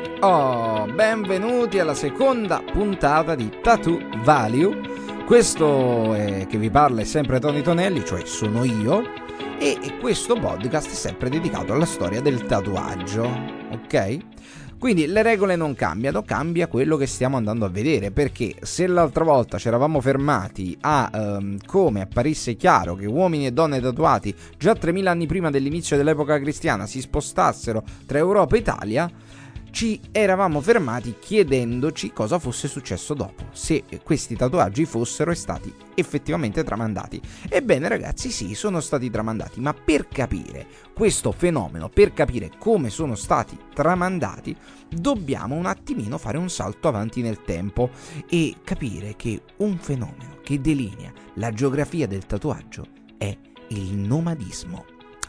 Oh, benvenuti alla seconda puntata di Tattoo Value. Questo che vi parla è sempre Tony Tonelli, cioè sono io, e questo podcast è sempre dedicato alla storia del tatuaggio, ok? Quindi le regole non cambiano, cambia quello che stiamo andando a vedere, perché se l'altra volta ci eravamo fermati a come apparisse chiaro che uomini e donne tatuati già 3000 anni prima dell'inizio dell'epoca cristiana si spostassero tra Europa e Italia, ci eravamo fermati chiedendoci cosa fosse successo dopo, se questi tatuaggi fossero stati effettivamente tramandati. Ebbene ragazzi, sì, sono stati tramandati, ma per capire questo fenomeno, per capire come sono stati tramandati, dobbiamo un attimino fare un salto avanti nel tempo e capire che un fenomeno che delinea la geografia del tatuaggio è il nomadismo.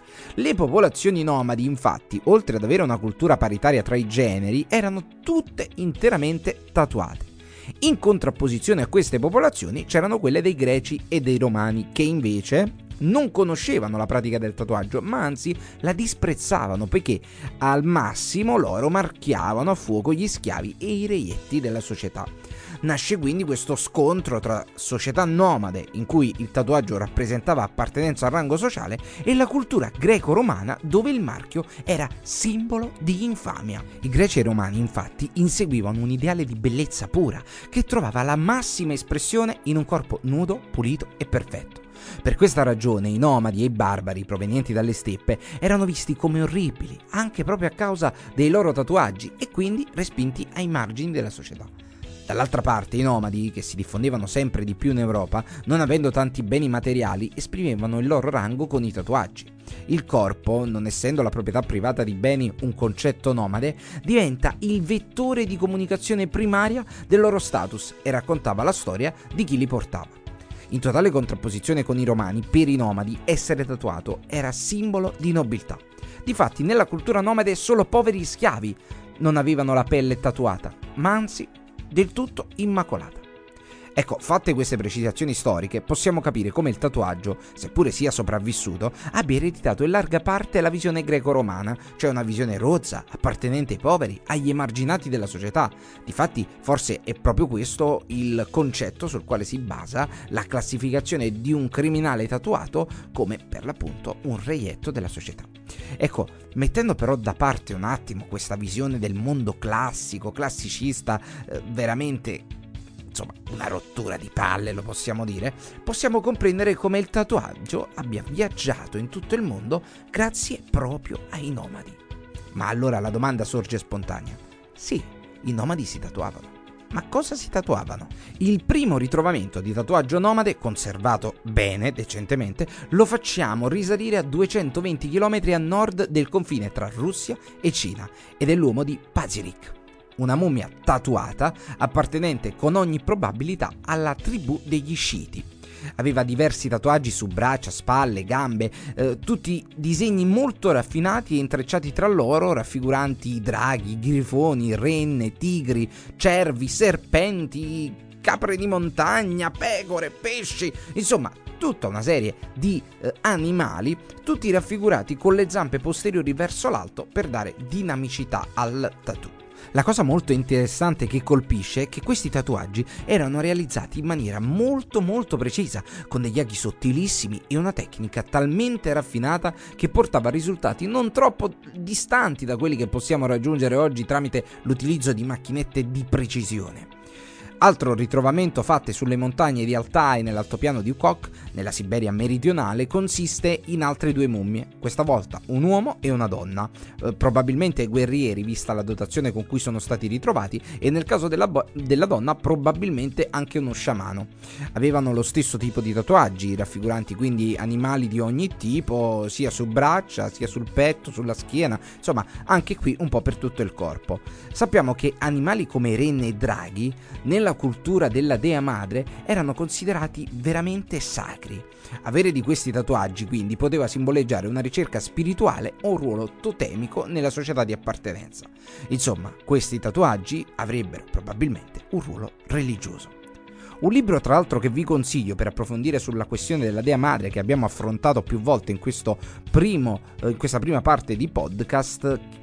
Le popolazioni nomadi, infatti, oltre ad avere una cultura paritaria tra i generi, erano tutte interamente tatuate. In contrapposizione a queste popolazioni c'erano quelle dei greci e dei romani, che invece non conoscevano la pratica del tatuaggio, ma anzi la disprezzavano, poiché al massimo loro marchiavano a fuoco gli schiavi e i reietti della società. Nasce quindi questo scontro tra società nomade, in cui il tatuaggio rappresentava appartenenza al rango sociale, e la cultura greco-romana, dove il marchio era simbolo di infamia. I greci e i romani, infatti, inseguivano un ideale di bellezza pura, che trovava la massima espressione in un corpo nudo, pulito e perfetto. Per questa ragione i nomadi e i barbari provenienti dalle steppe erano visti come orribili, anche proprio a causa dei loro tatuaggi, e quindi respinti ai margini della società. Dall'altra parte i nomadi, che si diffondevano sempre di più in Europa, non avendo tanti beni materiali, esprimevano il loro rango con i tatuaggi. Il corpo, non essendo la proprietà privata di beni un concetto nomade, diventa il vettore di comunicazione primaria del loro status e raccontava la storia di chi li portava. In totale contrapposizione con i romani, per i nomadi essere tatuato era simbolo di nobiltà. Difatti nella cultura nomade solo poveri schiavi non avevano la pelle tatuata, ma anzi del tutto immacolata. Ecco, fatte queste precisazioni storiche, possiamo capire come il tatuaggio, seppure sia sopravvissuto, abbia ereditato in larga parte la visione greco-romana, cioè una visione rozza, appartenente ai poveri, agli emarginati della società. Difatti, forse è proprio questo il concetto sul quale si basa la classificazione di un criminale tatuato come, per l'appunto, un reietto della società. Ecco, mettendo però da parte un attimo questa visione del mondo classico, classicista, veramente, insomma, una rottura di palle, lo possiamo dire, possiamo comprendere come il tatuaggio abbia viaggiato in tutto il mondo grazie proprio ai nomadi. Ma allora la domanda sorge spontanea. Sì, i nomadi si tatuavano. Ma cosa si tatuavano? Il primo ritrovamento di tatuaggio nomade, conservato bene, decentemente, lo facciamo risalire a 220 km a nord del confine tra Russia e Cina, ed è l'uomo di Pazyryk, una mummia tatuata appartenente con ogni probabilità alla tribù degli sciiti. Aveva diversi tatuaggi su braccia, spalle, gambe, tutti disegni molto raffinati e intrecciati tra loro, raffiguranti draghi, grifoni, renne, tigri, cervi, serpenti, capre di montagna, pecore, pesci, insomma tutta una serie di animali, tutti raffigurati con le zampe posteriori verso l'alto per dare dinamicità al tattoo. La cosa molto interessante che colpisce è che questi tatuaggi erano realizzati in maniera molto precisa, con degli aghi sottilissimi e una tecnica talmente raffinata che portava a risultati non troppo distanti da quelli che possiamo raggiungere oggi tramite l'utilizzo di macchinette di precisione. Altro ritrovamento fatto sulle montagne di Altai nell'altopiano di Ukok, nella Siberia meridionale, consiste in altre due mummie, questa volta un uomo e una donna, probabilmente guerrieri vista la dotazione con cui sono stati ritrovati, e nel caso della donna probabilmente anche uno sciamano. Avevano lo stesso tipo di tatuaggi, raffiguranti quindi animali di ogni tipo, sia su braccia, sia sul petto, sulla schiena, insomma anche qui un po' per tutto il corpo. Sappiamo che animali come renne e draghi nella cultura della dea madre erano considerati veramente sacri. Avere di questi tatuaggi quindi poteva simboleggiare una ricerca spirituale o un ruolo totemico nella società di appartenenza. Insomma, questi tatuaggi avrebbero probabilmente un ruolo religioso. Un libro tra l'altro che vi consiglio per approfondire sulla questione della Dea Madre, che abbiamo affrontato più volte in questa prima parte di podcast,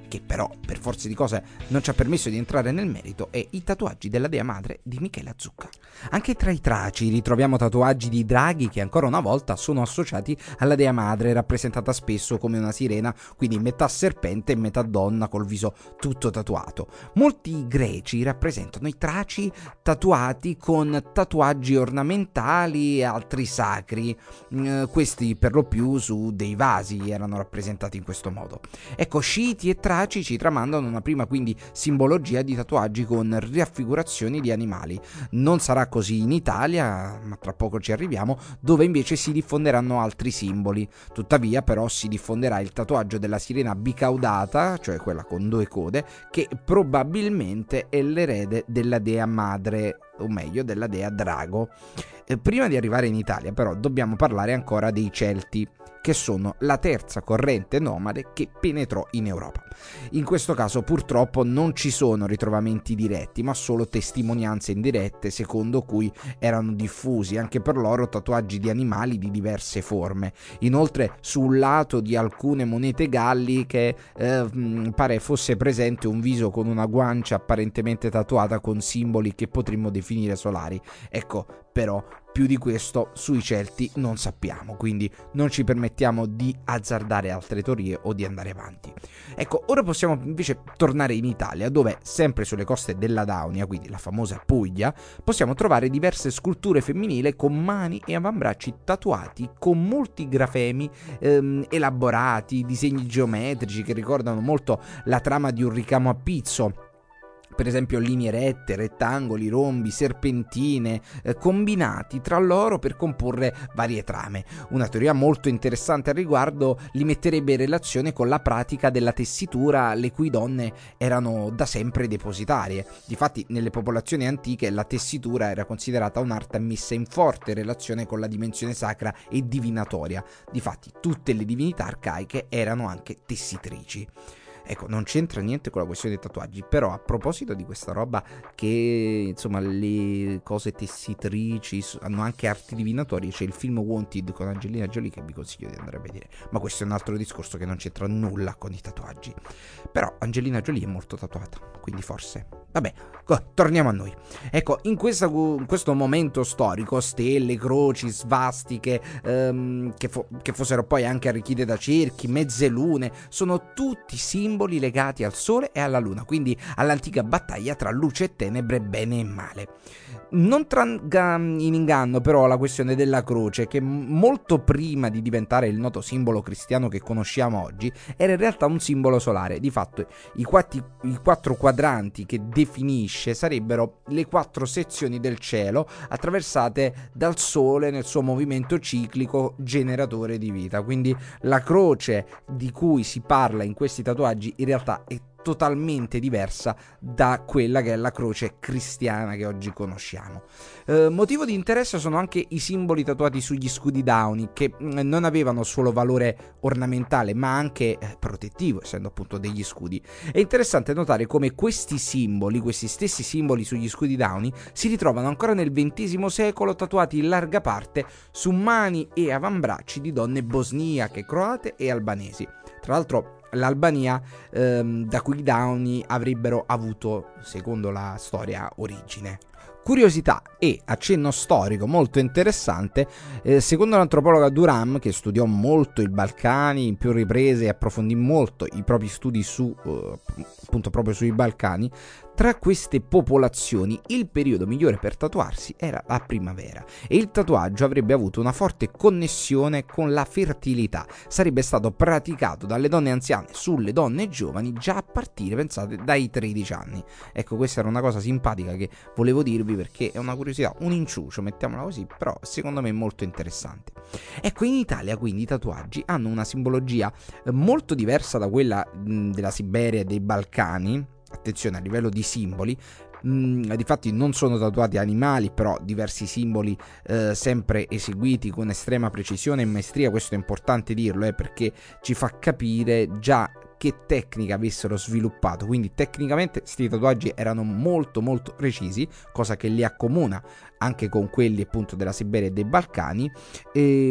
che però per forza di cose non ci ha permesso di entrare nel merito, è i tatuaggi della dea madre di Michela Zucca. Anche tra i traci ritroviamo tatuaggi di draghi che ancora una volta sono associati alla dea madre, rappresentata spesso come una sirena, quindi metà serpente e metà donna col viso tutto tatuato. Molti greci rappresentano i traci tatuati con tatuaggi ornamentali e altri sacri, questi per lo più su dei vasi erano rappresentati in questo modo. Ecco, sciti e traci ci tramandano una prima quindi simbologia di tatuaggi con raffigurazioni di animali. Non sarà così in Italia, ma tra poco ci arriviamo, dove invece si diffonderanno altri simboli. Tuttavia però si diffonderà il tatuaggio della sirena bicaudata, cioè quella con 2 code, che probabilmente è l'erede della dea madre, o meglio della dea drago. Prima di arrivare in Italia però dobbiamo parlare ancora dei Celti, che sono la terza corrente nomade che penetrò in Europa. In questo caso purtroppo non ci sono ritrovamenti diretti, ma solo testimonianze indirette secondo cui erano diffusi anche per loro tatuaggi di animali di diverse forme. Inoltre sul lato di alcune monete galliche pare fosse presente un viso con una guancia apparentemente tatuata con simboli che potremmo definire solari. Ecco, però più di questo sui Celti non sappiamo, quindi non ci permettiamo di azzardare altre teorie o di andare avanti. Ecco, ora possiamo invece tornare in Italia, dove sempre sulle coste della Daunia, quindi la famosa Puglia, possiamo trovare diverse sculture femminili con mani e avambracci tatuati con molti grafemi elaborati, disegni geometrici che ricordano molto la trama di un ricamo a pizzo. Per esempio linee rette, rettangoli, rombi, serpentine, combinati tra loro per comporre varie trame. Una teoria molto interessante al riguardo li metterebbe in relazione con la pratica della tessitura, le cui donne erano da sempre depositarie. Difatti nelle popolazioni antiche la tessitura era considerata un'arte messa in forte relazione con la dimensione sacra e divinatoria. Difatti tutte le divinità arcaiche erano anche tessitrici. Ecco, non c'entra niente con la questione dei tatuaggi, però a proposito di questa roba che, insomma, le cose tessitrici hanno anche arti divinatorie, c'è il film Wanted con Angelina Jolie che vi consiglio di andare a vedere, ma questo è un altro discorso che non c'entra nulla con i tatuaggi. Però Angelina Jolie è molto tatuata, quindi forse... Vabbè, torniamo a noi. Ecco, in questo momento storico, stelle, croci, svastiche, che fossero poi anche arricchite da cerchi, mezze lune, sono tutti simboli legati al sole e alla luna, quindi all'antica battaglia tra luce e tenebre, bene e male. Non tragga in inganno però la questione della croce, che molto prima di diventare il noto simbolo cristiano che conosciamo oggi, era in realtà un simbolo solare. Di fatto i 4 quadranti che definisce sarebbero le 4 sezioni del cielo attraversate dal sole nel suo movimento ciclico generatore di vita. Quindi la croce di cui si parla in questi tatuaggi in realtà è totalmente diversa da quella che è la croce cristiana che oggi conosciamo. Motivo di interesse sono anche i simboli tatuati sugli scudi dauni, che non avevano solo valore ornamentale ma anche protettivo, essendo appunto degli scudi. È interessante notare come questi stessi simboli sugli scudi dauni si ritrovano ancora nel XX secolo tatuati in larga parte su mani e avambracci di donne bosniache, croate e albanesi. Tra l'altro l'Albania, da cui i Dauni avrebbero avuto, secondo la storia, origine. Curiosità e accenno storico molto interessante, secondo l'antropologa Duram, che studiò molto i Balcani in più riprese e approfondì molto i propri studi appunto proprio sui Balcani, tra queste popolazioni il periodo migliore per tatuarsi era la primavera e il tatuaggio avrebbe avuto una forte connessione con la fertilità. Sarebbe stato praticato dalle donne anziane sulle donne giovani già a partire, pensate, dai 13 anni. Ecco, questa era una cosa simpatica che volevo dirvi perché è una curiosità, un inciucio, mettiamola così, però secondo me molto interessante. Ecco, in Italia quindi i tatuaggi hanno una simbologia molto diversa da quella della Siberia e dei Balcani. Attenzione, a livello di simboli, difatti non sono tatuati animali, però diversi simboli sempre eseguiti con estrema precisione e maestria. Questo è importante dirlo, perché ci fa capire già che tecnica avessero sviluppato. Quindi tecnicamente questi tatuaggi erano molto molto precisi, cosa che li accomuna anche con quelli appunto della Siberia e dei Balcani,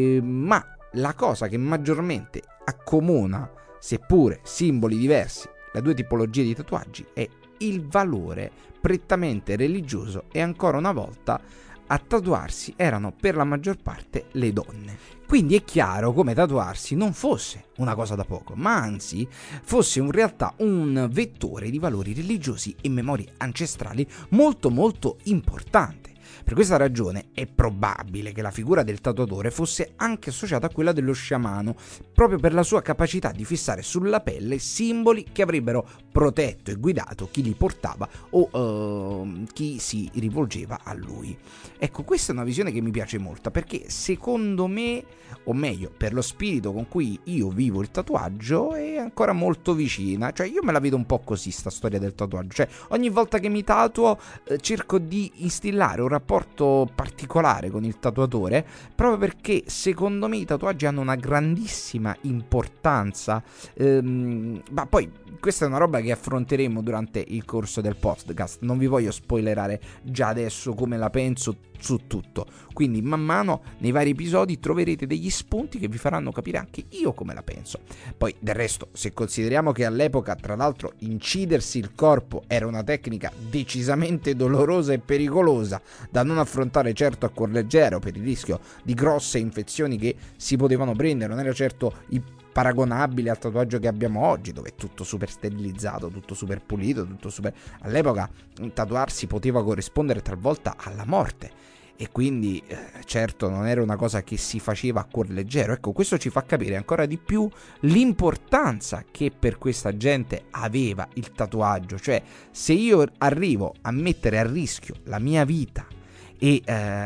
ma la cosa che maggiormente accomuna, seppure simboli diversi, le due tipologie di tatuaggi è il valore prettamente religioso, e ancora una volta a tatuarsi erano per la maggior parte le donne. Quindi è chiaro come tatuarsi non fosse una cosa da poco, ma anzi fosse in realtà un vettore di valori religiosi e memorie ancestrali molto molto importante. Per questa ragione è probabile che la figura del tatuatore fosse anche associata a quella dello sciamano, proprio per la sua capacità di fissare sulla pelle simboli che avrebbero protetto e guidato chi li portava o chi si rivolgeva a lui. Ecco, questa è una visione che mi piace molto, perché secondo me, o meglio, per lo spirito con cui io vivo il tatuaggio, è ancora molto vicina. Cioè, io me la vedo un po' così, sta storia del tatuaggio. Cioè, ogni volta che mi tatuo cerco di instillare un rapporto particolare con il tatuatore, proprio perché secondo me i tatuaggi hanno una grandissima importanza. Ma poi questa è una roba che affronteremo durante il corso del podcast, non vi voglio spoilerare già adesso come la penso su tutto, quindi man mano nei vari episodi troverete degli spunti che vi faranno capire anche io come la penso. Poi del resto, se consideriamo che all'epoca, tra l'altro, incidersi il corpo era una tecnica decisamente dolorosa e pericolosa, da non affrontare certo a cuor leggero per il rischio di grosse infezioni che si potevano prendere, non era certo paragonabile al tatuaggio che abbiamo oggi, dove è tutto super sterilizzato, tutto super pulito, tutto super... All'epoca tatuarsi poteva corrispondere talvolta alla morte, e quindi certo non era una cosa che si faceva a cuor leggero. Ecco, questo ci fa capire ancora di più l'importanza che per questa gente aveva il tatuaggio. Cioè, se io arrivo a mettere a rischio la mia vita e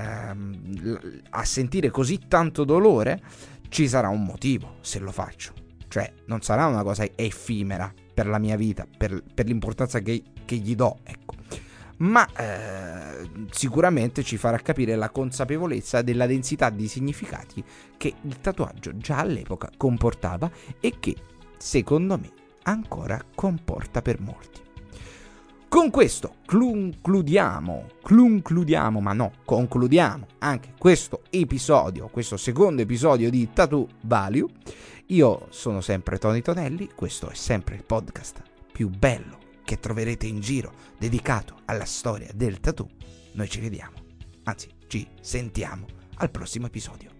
a sentire così tanto dolore, ci sarà un motivo se lo faccio. Cioè, non sarà una cosa effimera per la mia vita, per l'importanza che gli do, ecco. Ma sicuramente ci farà capire la consapevolezza della densità di significati che il tatuaggio già all'epoca comportava e che, secondo me, ancora comporta per molti. Con questo concludiamo anche questo episodio, questo secondo episodio di Tattoo Value. Io sono sempre Tony Tonelli, questo è sempre il podcast più bello che troverete in giro, dedicato alla storia del tattoo. Noi ci vediamo, anzi ci sentiamo al prossimo episodio.